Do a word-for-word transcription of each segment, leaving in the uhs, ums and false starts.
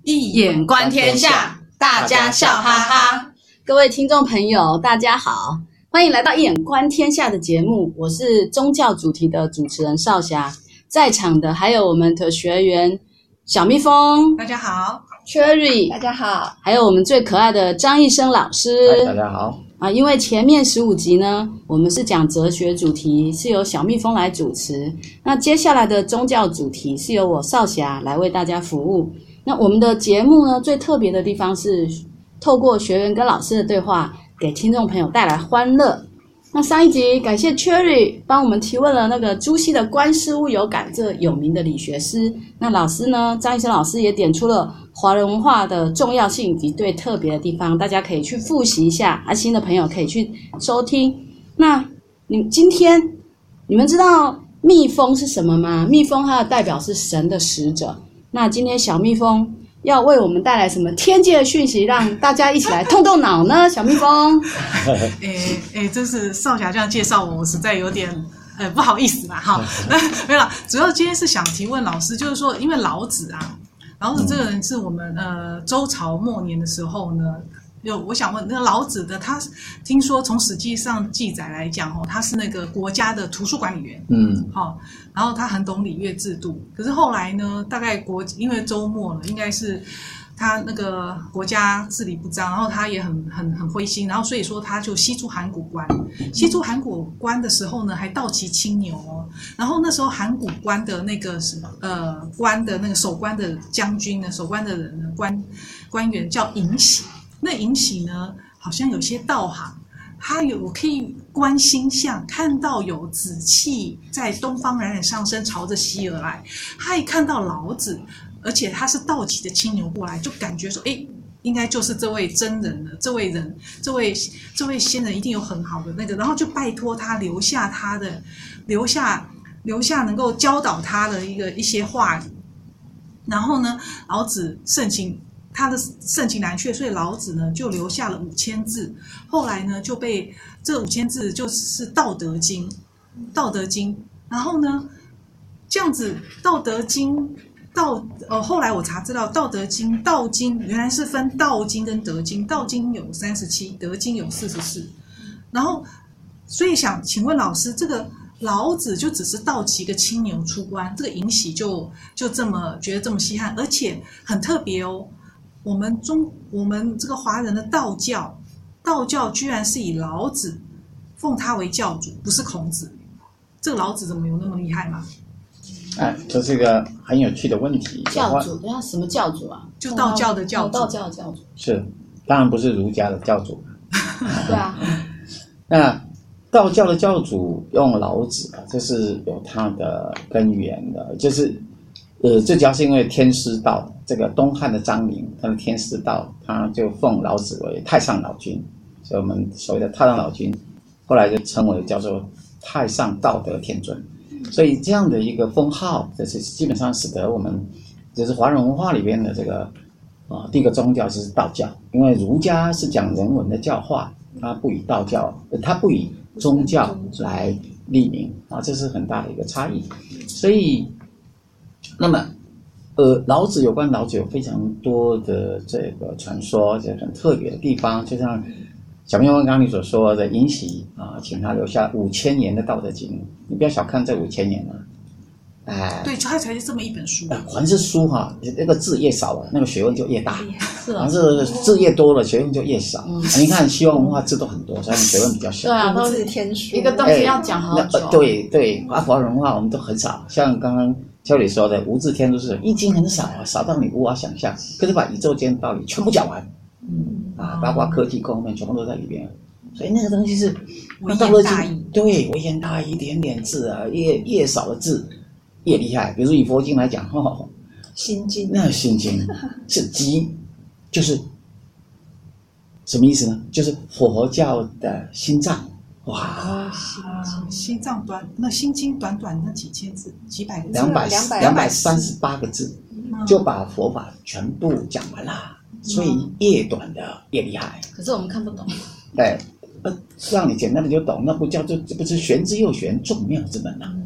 一眼观天下，大家笑哈哈。 各位听众朋友，大家好，欢迎来到一眼观天下的节目，我是宗教主题的主持人少霞，在场的还有我们的学员小蜜蜂， 大家好 Cherry， 大家好， 还有我们最可爱的张义生老师， 大家好啊，因为前面十五集呢，我们是讲哲学主题，是由小蜜蜂来主持。那接下来的宗教主题是由我少霞来为大家服务。那我们的节目呢，最特别的地方是透过学员跟老师的对话，给听众朋友带来欢乐。那上一集感谢 Cherry 帮我们提问了那个朱熹的观事物有感这有名的理学诗。那老师呢，张医生老师也点出了华人文化的重要性以及最特别的地方，大家可以去复习一下，啊，新的朋友可以去收听。那你今天你们知道蜜蜂是什么吗？蜜蜂它的代表是神的使者。那今天小蜜蜂要为我们带来什么天界的讯息，让大家一起来动动脑呢？小蜜蜂， 诶诶，真是少侠这样介绍我，我实在有点呃不好意思啦哈。没有啦，主要今天是想提问老师，就是说，因为老子啊，老子这个人是我们呃周朝末年的时候呢。有，我想问，那个老子的他，听说从史记上记载来讲，哦，他是那个国家的图书管理员， 嗯， 好、哦，然后他很懂礼乐制度。可是后来呢，大概国因为周末了，应该是他那个国家治理不彰，然后他也很很很灰心，然后所以说他就西出函谷关。西出函谷关的时候呢，还倒骑青牛哦。然后那时候函谷关的那个什么呃关的那个守关的将军呢，守关的人呢，官官员叫尹喜。那尹喜呢，好像有些道行，他有可以观星象，看到有紫气在东方冉冉上升，朝着西而来。他一看到老子，而且他是倒骑的青牛过来，就感觉说，哎，应该就是这位真人了，这位人，这位这位仙人一定有很好的那个，然后就拜托他留下他的，留下留下能够教导他的一个一些话语。然后呢，老子盛情。他的盛情难却，所以老子呢就留下了五千字。后来呢就被这五千字就是《道德经》，《道德经》。然后呢，这样子，《道德经》道呃，后来我查资料，《道德经》道经原来是分道经跟德经，道经有三十七，德经有四十四。然后，所以想请问老师，这个老子就只是倒骑个青牛出关，这个尹喜就就这么觉得这么稀罕，而且很特别哦。我们中我们这个华人的道教，道教居然是以老子奉他为教主，不是孔子。这个老子怎么有那么厉害吗？ 哎，这是一个很有趣的问题。 教主，对啊，什么教主啊？ 就道教的教主。 道教的教主是，当然不是儒家的教主。 对啊。 那道教的教主用老子啊，这是有他的根源的，就是。呃，最主要是因为天师道，这个东汉的张陵，他的天师道，他就奉老子为太上老君，所以我们所谓的太上老君，后来就称为叫做太上道德天尊。所以这样的一个封号，这是基本上使得我们，就是华人文化里边的这个啊、呃，第一个宗教就是道教，因为儒家是讲人文的教化，它不以道教，它不以宗教来立名啊，这是很大的一个差异，所以。那么，呃，老子有关老子有非常多的这个传说，这很特别的地方，就像小蜜蜂刚刚你所说的尹喜啊，请他留下五千年的《道德经》，你不要小看这五千年啊，哎， 对，它才是这么一本书。 凡是书哈、啊，那个字越少了，那个学问就越大； 是啊， 凡是字越多了，学问就越少。嗯、你看西方文化字都很多，所以学问比较小。 对啊， 都是天书， 一个东西要讲好久。 哎、对对，啊，华人文化我们都很少，像刚刚。教理说的无字天书是易经很少啊，少到你无法想象，可是把宇宙间的道理全部讲完，嗯啊，包括科技各方面全部都在里边，所以那个东西是微言大义， 对，微言大义，一点点字啊，越越少的字越厉害。比如说以佛经来讲，哦， 心经， 那心经是极，就是什么意思呢？就是佛教的心脏。哇， 啊，心脏短，那心经短短那几千字，几百个字， 两百两百三十八个字，嗯、就把佛法全部讲完了。嗯、所以越短的越厉害。 可是我们看不懂。 对，呃，让你简单的就懂，那不叫做这不是玄之又玄，众妙之门啊。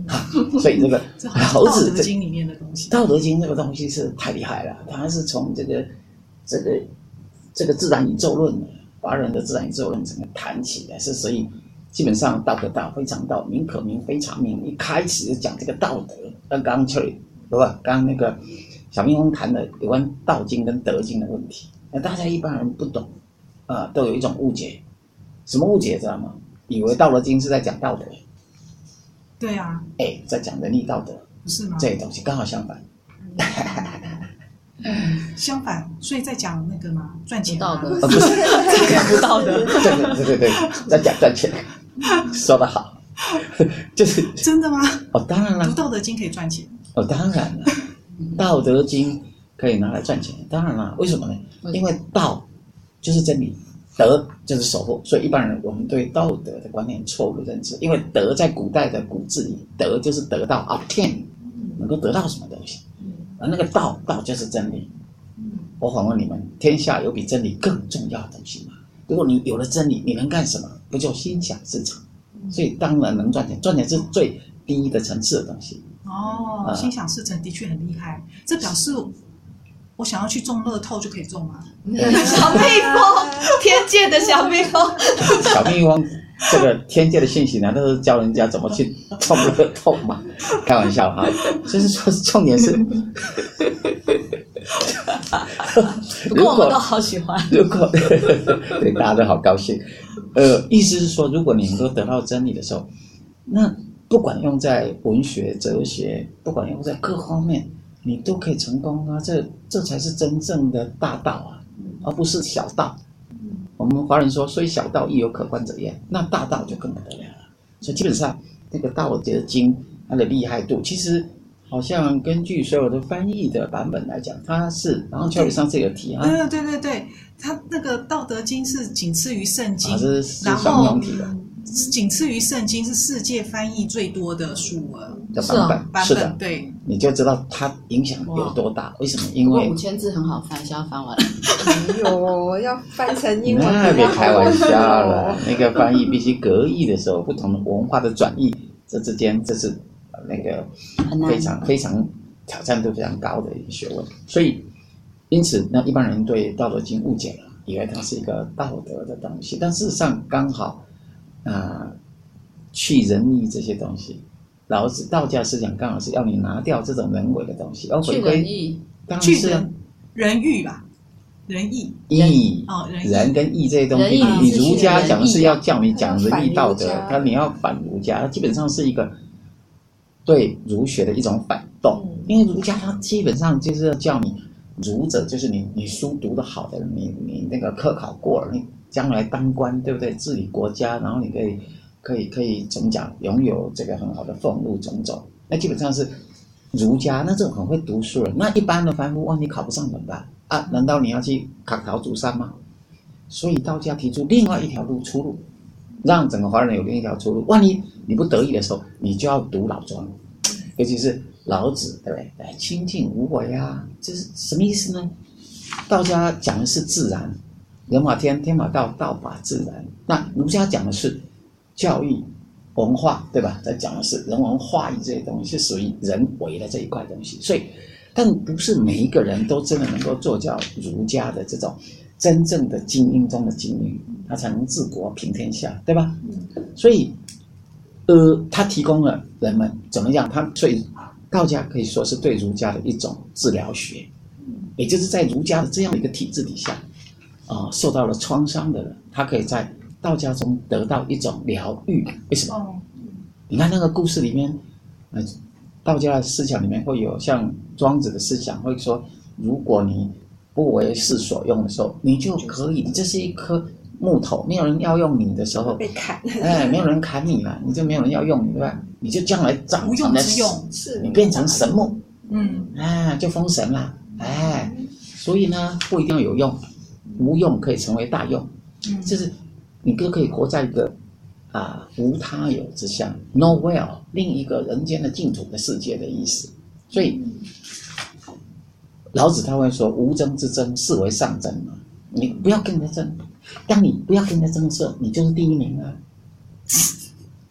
所以这个这好像老子是道德经里面的东西。 道德经这个东西是太厉害了，它是从这个这个这个自然宇宙论，华人的自然宇宙论整个谈起来，是所以基本上道可道，非常道，名可名，非常名。一开始就讲这个道德，刚刚确对吧？刚刚那个小蜜蜂谈的有关道经跟德经的问题，那大家一般人不懂啊、呃，都有一种误解，什么误解知道吗？以为道德经是在讲道德。 对啊， 哎，在讲人力道德， 不是吗？ 这些东西刚好相反。 相反，所以在讲那个嘛，赚钱不道德， 呃、不是不道德。 对对对对对，在讲赚钱，说得好，就是真的吗？ 哦，当然了， 读《道德经》可以赚钱。 哦，当然了，《道德经》可以拿来赚钱，当然了，为什么呢？因为道就是真理。德就是守护，所以一般人我们对道德的观念错误的认知，因为德在古代的古字里，德就是得到 obtain， 能够得到什么东西，而那个道道就是真理。我反问你们，天下有比真理更重要的东西吗？如果你有了真理，你能干什么？不就心想事成？所以当然能赚钱，赚钱是最低的层次的东西。 哦，呃、心想事成的确很厉害，这表示我想要去中乐透就可以中吗？ 小蜜蜂，天界的小蜜蜂， 小蜜蜂这个天界的信息难道是教人家怎么去中乐透吗？开玩笑哈，就是说重点是， 不过我们都好喜欢。 如果对大家都好高兴，呃，意思是说，如果你能够得到真理的时候，那不管用在文学、哲学，不管用在各方面。你都可以成功啊！这这才是真正的大道啊，而不是小道。我们华人说，虽小道亦有可观者焉，那大道就更不得了了。所以基本上，这个《道德经》它的厉害度，其实好像根据所有的翻译的版本来讲，它是，然后秋雨上次有提啊， 对对对对，它那个《道德经》是仅次于圣经， 啊、是是然后提的。 仅次于圣经，是世界翻译最多的书了的版本， 版是的， 对， 你就知道它影响有多大。为什么？因为五千字很好翻，现在翻完了。 哎呦，要翻成英文， 那别开玩笑了。那个翻译必须隔译的时候，不同的文化的转译，这之间这是那个非常非常挑战度非常高的一个学问。所以，因此，那一般人对《道德经》误解了，以为它是一个道德的东西，但事实上刚好。啊、呃，去仁义这些东西，老子道家思想刚好是要你拿掉这种人为的东西，而回归当然是人人欲吧，仁义义哦， 人跟义这些东西，你儒家讲的是要叫你讲仁义道德，他你要反儒家，它基本上是一个对儒学的一种反动，嗯、因为儒家它基本上就是要叫你儒者，就是你你书读得好的人，你你那个科考过了，你。将来当官，对不对？治理国家，然后你可以，可以，可以怎么讲？拥有这个很好的俸禄种种，那基本上是儒家。那这种很会读书人，那一般的凡夫，万一考不上怎么办啊？难道你要去考考祖山吗？所以道家提出另外一条路出路，让整个华人有另一条出路。万一你不得已的时候，你就要读老庄，尤其是老子，对不对？来清净无为啊，这是什么意思呢？道家讲的是自然。人法天，天法道，道法自然。那儒家讲的是教育、文化，对吧？在讲的是人文化艺这些东西，是属于人为的这一块东西。所以，但不是每一个人都真的能够做到儒家的这种真正的精英中的精英，他才能治国平天下，对吧？所以，呃，他提供了人们怎么样？他所以道家可以说是对儒家的一种治疗学，也就是在儒家的这样的一个体制底下。啊、呃，受到了创伤的人，他可以在道家中得到一种疗愈。为什么？哦、你看那个故事里面，呃，道家的思想里面会有像庄子的思想，会说，如果你不为世所用的时候，你就可以，你这是一棵木头，没有人要用你的时候， 被砍， 哎，没有人砍你了，你就没有人要用你，对吧？你就将来长成了， 是你变成神木， 嗯， 哎，就封神了，哎，所以呢，不一定要有用。无用可以成为大用，嗯、就是你都可以活在一个啊无他有之下 ，nowhere 另一个人间的净土的世界的意思。所以老子他会说：“无争之争，是为上争嘛。你不要跟人家争，当你不要跟人家争的时候，你就是第一名啊。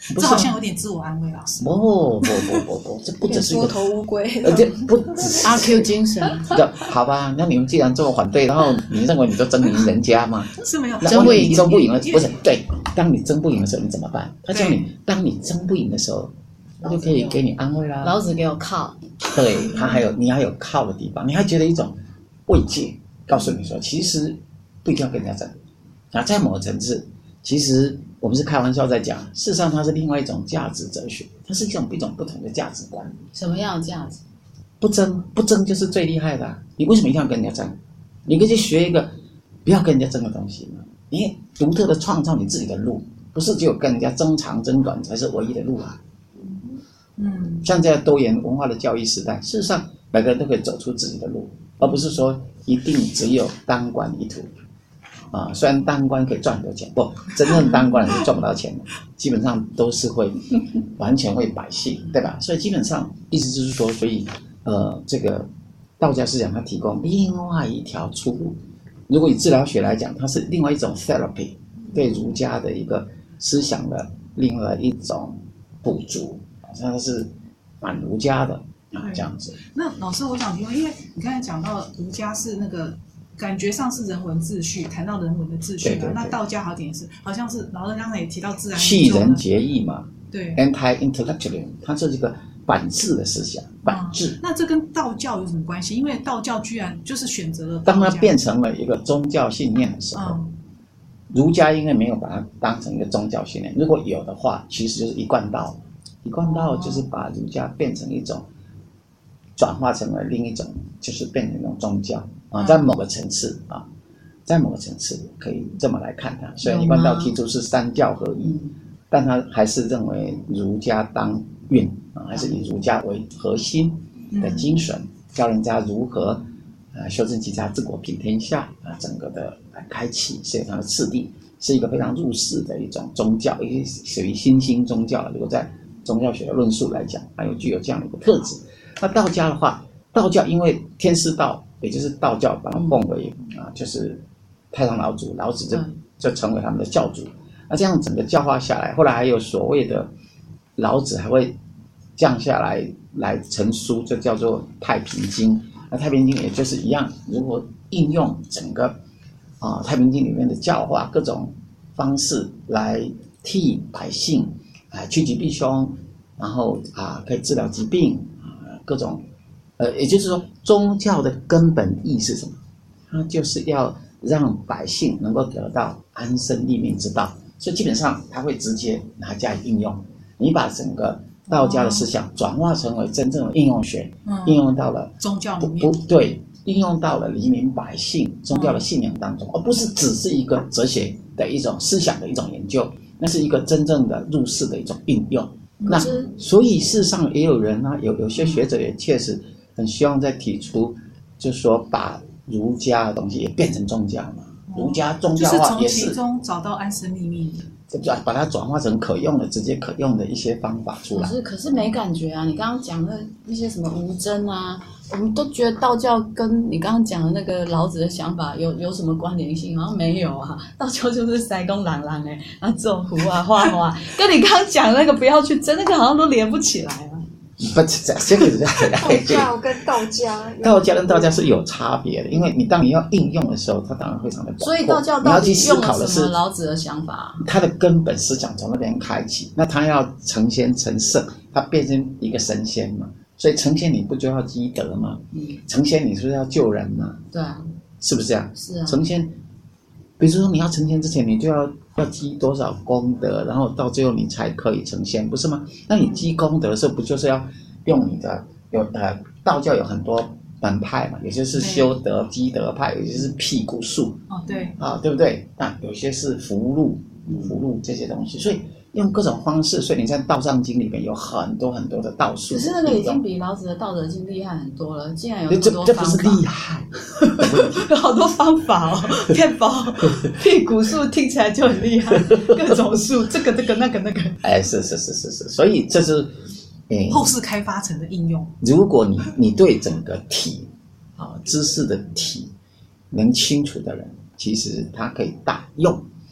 这好像有点自我安慰，老师。 不不不不不，这不只是一个缩头乌龟， 而且不只是阿 Q 精神， 好吧？那你们既然这么反对，然后你认为你就争赢人家吗？ 是没有争不赢你争不赢了，不是对？当你争不赢的时候，你怎么办？他叫你，当你争不赢的时候，他就可以给你安慰啦。 老子给我靠， 对他还有你还有靠的地方，你还觉得一种慰藉，告诉你说，其实不一定要跟人家争。啊，在某个层次，其实我们是开玩笑在讲，事实上它是另外一种价值哲学，它是一种一种不同的价值观。 什么样的价值？ 不争不争就是最厉害的、啊。你为什么一定要跟人家争？你可以去学一个不要跟人家争的东西嘛。你独特的创造你自己的路，不是只有跟人家争长争短才是唯一的路啊。 嗯， 像这样多元文化的教育时代，事实上每个人都可以走出自己的路，而不是说一定只有当官一途。啊，虽然当官可以赚很多钱，不，真正当官是赚不到钱的，基本上都是会完全为百姓，对吧？所以基本上意思就是说，所以呃，这个道家思想它提供另外一条出路。如果以治疗学来讲，它是另外一种 therapy， 对儒家的一个思想的另外一种补足，它是反儒家的啊，这样子。 那老师，我想提问，因为你刚才讲到儒家是那个。感觉上是人文秩序，谈到人文的秩序嘛，那道家好点是，好像是老师刚才也提到自然弃人节义嘛， 对 ，anti-intellectualism， 它是这个反智的思想，反智、嗯。 那这跟道教有什么关系？因为道教居然就是选择了道当它变成了一个宗教信念的时候，嗯、儒家因为没有把它当成一个宗教信念，如果有的话，其实就是一贯道。一贯道就是把儒家变成一种，转化成了另一种，就是变成一种宗教。啊，在某个层次啊，在某个层次可以这么来看它。虽然一贯道提出是三教合一，嗯、但他还是认为儒家当运啊，还是以儒家为核心的精神，嗯、教人家如何啊修正其家治国平天下啊，整个的来开启是有它的次第，是一个非常入世的一种宗教，也属于新兴宗教。如果在宗教学的论述来讲，还有具有这样的一个特质。那道家的话，道教因为天师道。也就是道教把它奉为、嗯、啊，就是太上老祖，老子就、嗯、就成为他们的教主。那这样整个教化下来，后来还有所谓的老子还会降下来来成书，这叫做《太平经》。那《太平经》也就是一样，如果应用整个啊《太平经》里面的教化各种方式来替百姓啊趋吉避凶，然后啊可以治疗疾病啊各种。呃，也就是说，宗教的根本意义是什么？它就是要让百姓能够得到安身立命之道，所以基本上它会直接拿加以应用。你把整个道家的思想转化成为真正的应用学，嗯、应用到了宗教里面， 不对，应用到了黎民百姓宗教的信仰当中，嗯、而不是只是一个哲学的一种思想的一种研究，那是一个真正的入世的一种应用。那所以事实上也有人啊，有有些学者也确实。很希望再提出，就是说把儒家的东西也变成宗教嘛，哦、儒家宗教化也是就是从其中找到安身立命的， 对不对？把它转化成可用的、直接可用的一些方法出来。 可是可是没感觉啊！你刚刚讲的那些什么无争啊，我们都觉得道教跟你刚刚讲的那个老子的想法有有什么关联性？好像没有啊。道教就是塞公朗朗哎，然后种胡啊画花，跟你刚刚讲的那个不要去争，那个好像都连不起来啊。 不，这个是道教跟道家， 道家跟道家是有差别的，因为你当你要应用的时候，它当然非常的广阔。 所以道教到底用了什么老子的想法？ 它的根本思想从那边开启，那它要成仙成圣，它变成一个神仙嘛。所以成仙你不就要积德吗？嗯，成仙你是不是要救人嘛？ 对啊， 是不是这样？ 是啊， 成仙，比如说你要成仙之前，你就要。要积多少功德，然后到最后你才可以成仙，不是吗？那你积功德的时候，不就是要用你的有呃道教有很多门派嘛，有些是修德积德派，有些是辟谷术哦，对啊，对不对？那有些是符箓、符箓这些东西，所以用各种方式，所以你在《道上经》里面有很多很多的道术。 可是那个已经比老子的《道德经》厉害很多了，竟然有那么多方法。 这这不是厉害， 有好多方法哦，骗包、辟谷术听起来就很厉害，各种术，这个这个那个那个。 哎，是是是是是，所以这是。 嗯、后世开发成的应用。 如果你你对整个体啊知识的体能清楚的人，其实他可以大用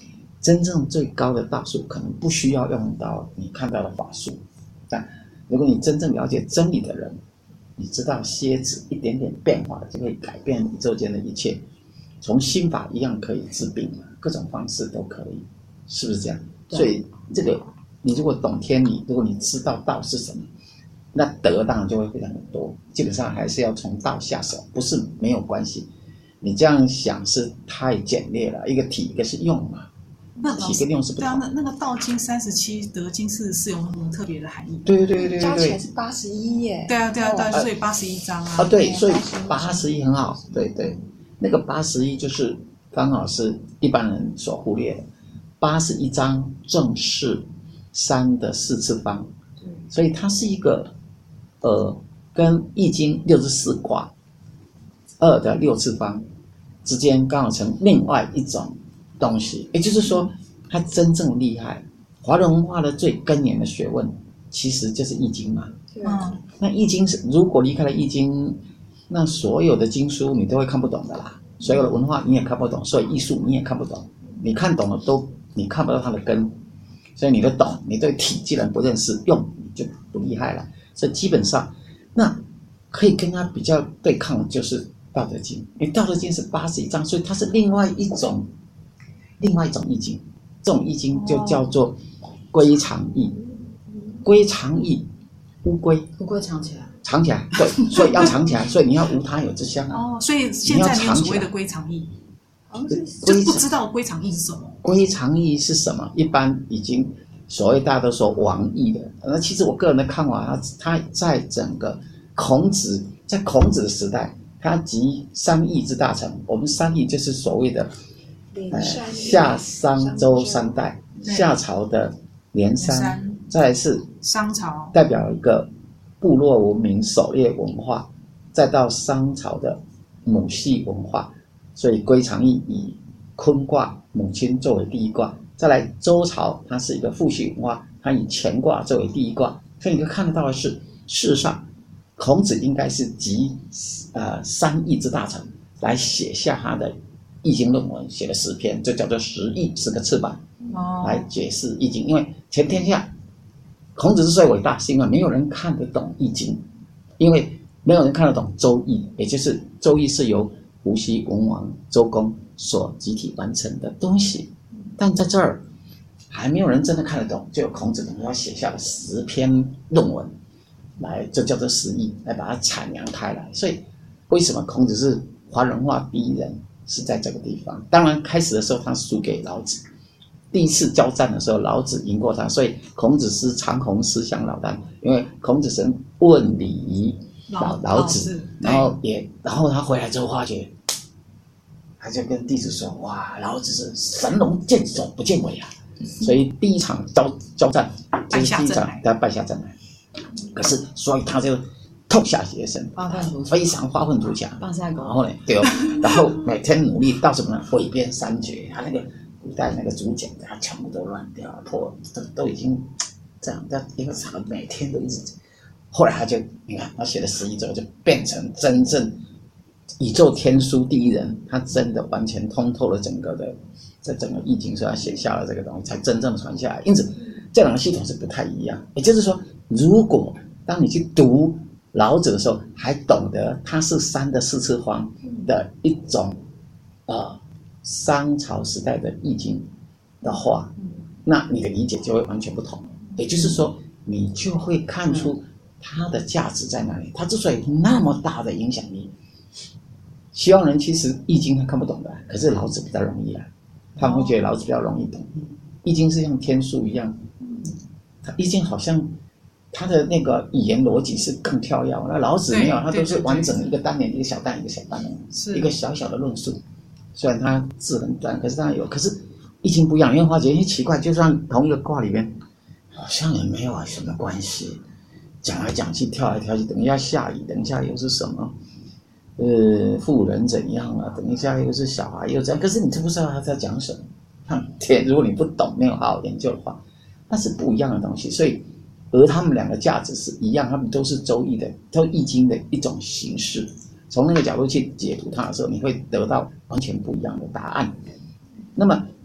真正最高的道术可能不需要用到你看到的法术，但如果你真正了解真理的人，你知道蝎子一点点变化就可以改变宇宙间的一切，从心法一样可以治病，各种方式都可以，是不是这样？所以这个你如果懂天理，如果你知道道是什么，那德当然就会非常的多。基本上还是要从道下手，不是没有关系。你这样想是太简略了，一个体一个是用嘛， 那体跟用是不同。 那那个道经三十七，德经四十四有什么特别的含义？ 对对对对对， 加起来是八十一耶。 对啊对啊对啊，所以八十一章啊。 啊对，所以八十一很好，对对，那个八十一就是刚好是一般人所忽略的。八十一章正是三的四次方，所以它是一个呃跟易经六十四卦二的六次方之间刚好成另外一种东西，也就是说它真正厉害。华人文化的最根源的学问其实就是易经嘛。 嗯， 那易经是如果离开了易经，那所有的经书你都会看不懂的啦，所有的文化你也看不懂，所有艺术你也看不懂，你看懂了都你看不到它的根，所以你都懂，你对体既然不认识，用你就不厉害了。所以基本上，那可以跟它比较对抗的就是《道德经》，因为《道德经》是八十一章，所以它是另外一种，另外一种易经。这种易经就叫做归藏易，归藏易，乌龟， 乌龟藏起来， 藏起来，对，所以要藏起来，所以你要无他有之乡啊。 哦，所以现在没有所谓的归藏易。就不知道归藏易是什么。 归藏易是什么？一般已经所谓大家都说王易的，那其实我个人的看法，他在整个孔子在孔子的时代，他集三易之大成。我们三易就是所谓的呃夏商周三代，夏朝的连三，再来是商朝， 代表一个部落文明、狩猎文化，再到商朝的母系文化。所以归藏易以坤卦母亲作为第一卦，再来周朝它是一个父系文化，它以乾卦作为第一卦。所以你可以看得到的是，事实上孔子应该是集呃三易之大成来写下他的易经论文，写了十篇，就叫做十易，十个翅膀，来解释易经。因为全天下孔子之所以伟大，是因为没有人看得懂易经，因为没有人看得懂周易，也就是周易是由伏羲、文王、周公所集体完成的东西，但在这儿还没有人真的看得懂，就有孔子他写下了十篇论文，来就叫做十易，来把它阐扬开来。所以为什么孔子是华人化第一人，是在这个地方。当然开始的时候他输给老子，第一次交战的时候老子赢过他，所以孔子是长虹思想老旦，因为孔子是问礼仪老老子，然后也然后他回来之后发觉，他就跟弟子说：“哇，老子是神龙见首不见尾啊！”所以第一场交交战就是第一场他败下阵来。可是所以他就痛下决心，非常发愤图强。然后呢，对哦，然后每天努力到什么呢？毁编三绝，他那个古代那个竹简，他全部都乱掉了，破都都已经这样，在一个场每天都一直。后来他就你看，他写了十一之后，就变成真正宇宙天书第一人，他真的完全通透了整个的在整个易经，所以他写下了这个东西，才真正的传下来。因此，这两个系统是不太一样。也就是说，如果当你去读老子的时候，还懂得它是三的四次方的一种呃商朝时代的易经的话，那你的理解就会完全不同。也就是说，你就会看出它的价值在哪里。它之所以那么大的影响力，西方人其实易经他看不懂的，可是老子比较容易啊，他们会觉得老子比较容易懂。易经是像天书一样，它易经好像它的那个语言逻辑是更跳跃，那老子没有，它都是完整的一个单元一个小单元一个小单元，一个小小的论述。虽然它字很短，可是它有，可是易经不一样，因为发觉很奇怪，就算同一个卦里面，好像也没有什么关系，讲来讲去，跳来跳去，等一下下雨，等一下又是什么？呃，妇人怎样啊？等一下又是小孩又怎样？可是你都不知道他在讲什么。天，如果你不懂，没有好好研究的话，那是不一样的东西。所以，而他们两个价值是一样，他们都是周易的，都易经的一种形式。从那个角度去解读它的时候，你会得到完全不一样的答案。那么，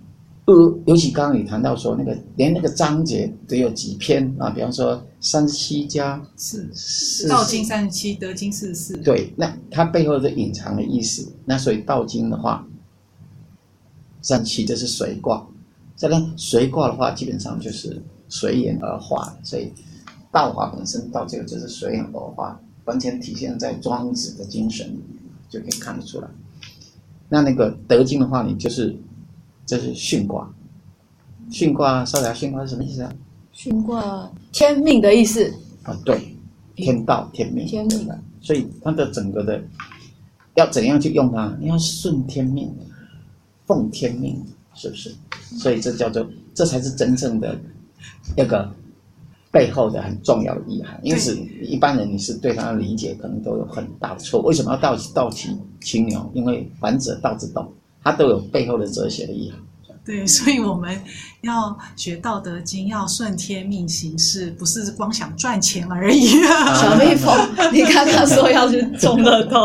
呃，尤其刚刚你谈到说那个连那个章节都有几篇啊，比方说三十七加是是道经三十七，德经四十四。 对，那它背后的隐藏的意思，那所以道经的话，三十七就是随卦，这边随卦的话，基本上就是随缘而化，所以道法本身道这个就是随缘而化，完全体现在庄子的精神里面，就可以看得出来。那那个德经的话，你就是这是巽卦，巽卦，少侠，巽卦是什么意思啊？ 巽卦天命的意思啊，对，天道天命， 天命， 所以它的整个的要怎样去用它？你要顺天命，奉天命，是不是？所以这叫做，这才是真正的那个背后的很重要的意涵。因此，一般人你是对它的理解可能都有很大的错误。为什么要道道其青牛？因为凡者道之动，它都有背后的哲学的意涵。 对，所以我们要学《道德经》，要顺天命行事，不是光想赚钱而已。 小蜜蜂，你刚刚说要去中乐透，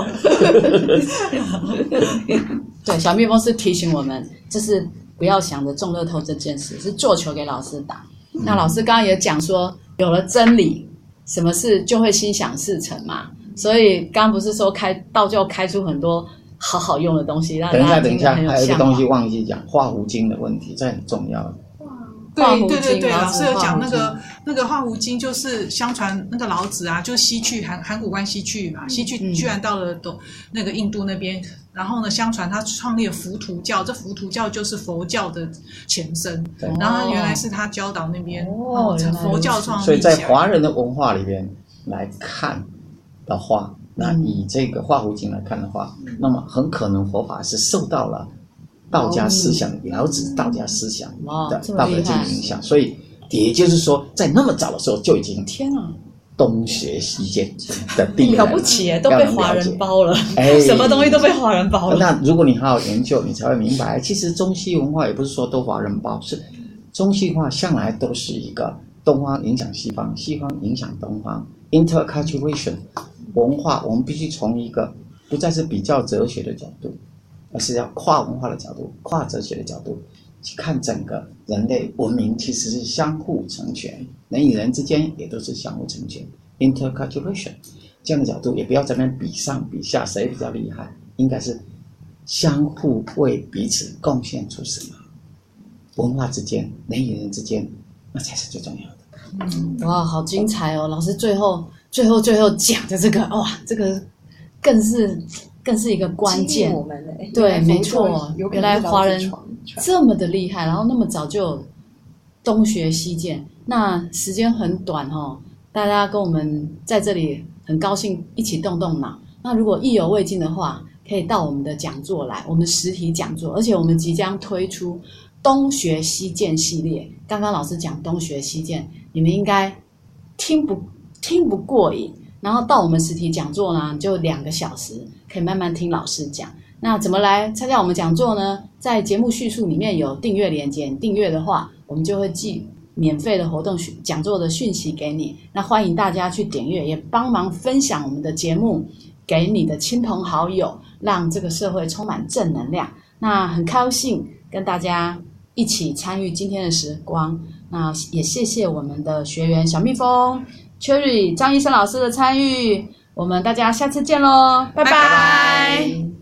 对，小蜜蜂是提醒我们，就是不要想着中乐透这件事，是做球给老师打。那老师刚刚也讲说，有了真理，什么事就会心想事成嘛。所以刚刚不是说开道教开出很多好好用的东西，让等一下，等一下， 大家听得很有还有一个向往东西忘记讲，画胡经的问题，这很重要。 对对对对， 老老师有讲那画个那个画胡经，就是相传那个老子啊，就西去函函谷关西去嘛，西去居然到了都那个印度那边，然后呢，相传他创立了伏图教，这伏图教就是佛教的前身，然后原来是他教导那边哦哦，佛教创立起来。 所以在华人的文化里边来看的话，那以这个画胡经来看的话，嗯、那么很可能佛法是受到了道家思想、哦、老子道家思想的道德经影响，所以也就是说，在那么早的时候就已经天啊， 东学西渐的地了不起耶，都被华人包了，哎，什么东西都被华人包了。 那如果你好好研究，你才会明白，其实中西文化也不是说都华人包，是中西文化向来都是一个东方影响西方，西方影响东方 ，interculturation 文化，我们必须从一个不再是比较哲学的角度，而是要跨文化的角度、跨哲学的角度去看整个人类文明，其实是相互成全，人与人之间也都是相互成全 ，interculturation 这样的角度，也不要在那边比上比下，谁比较厉害，应该是相互为彼此贡献出什么，文化之间、人与人之间，那才是最重要的。 嗯，哇，好精彩哦！老师最后、最后、最后讲的这个，哇，这个更是。更是一个关键， 我们欸、 对，没错，原来华人这么的厉害，然后那么早就东学西渐，那时间很短哦，大家跟我们在这里很高兴一起动动脑。那如果意犹未尽的话，可以到我们的讲座来，我们实体讲座，而且我们即将推出东学西渐系列。刚刚老师讲东学西渐，你们应该听不听不过瘾。然后到我们实体讲座呢，就两个小时，可以慢慢听老师讲。那怎么来参加我们讲座呢？在节目叙述里面有订阅连结，订阅的话，我们就会寄免费的活动讲座的讯息给你。那欢迎大家去点阅，也帮忙分享我们的节目给你的亲朋好友，让这个社会充满正能量。那很高兴跟大家一起参与今天的时光。那也谢谢我们的学员小蜜蜂。Cherry 张医生老师的参与，我们大家下次见咯，拜拜。拜拜。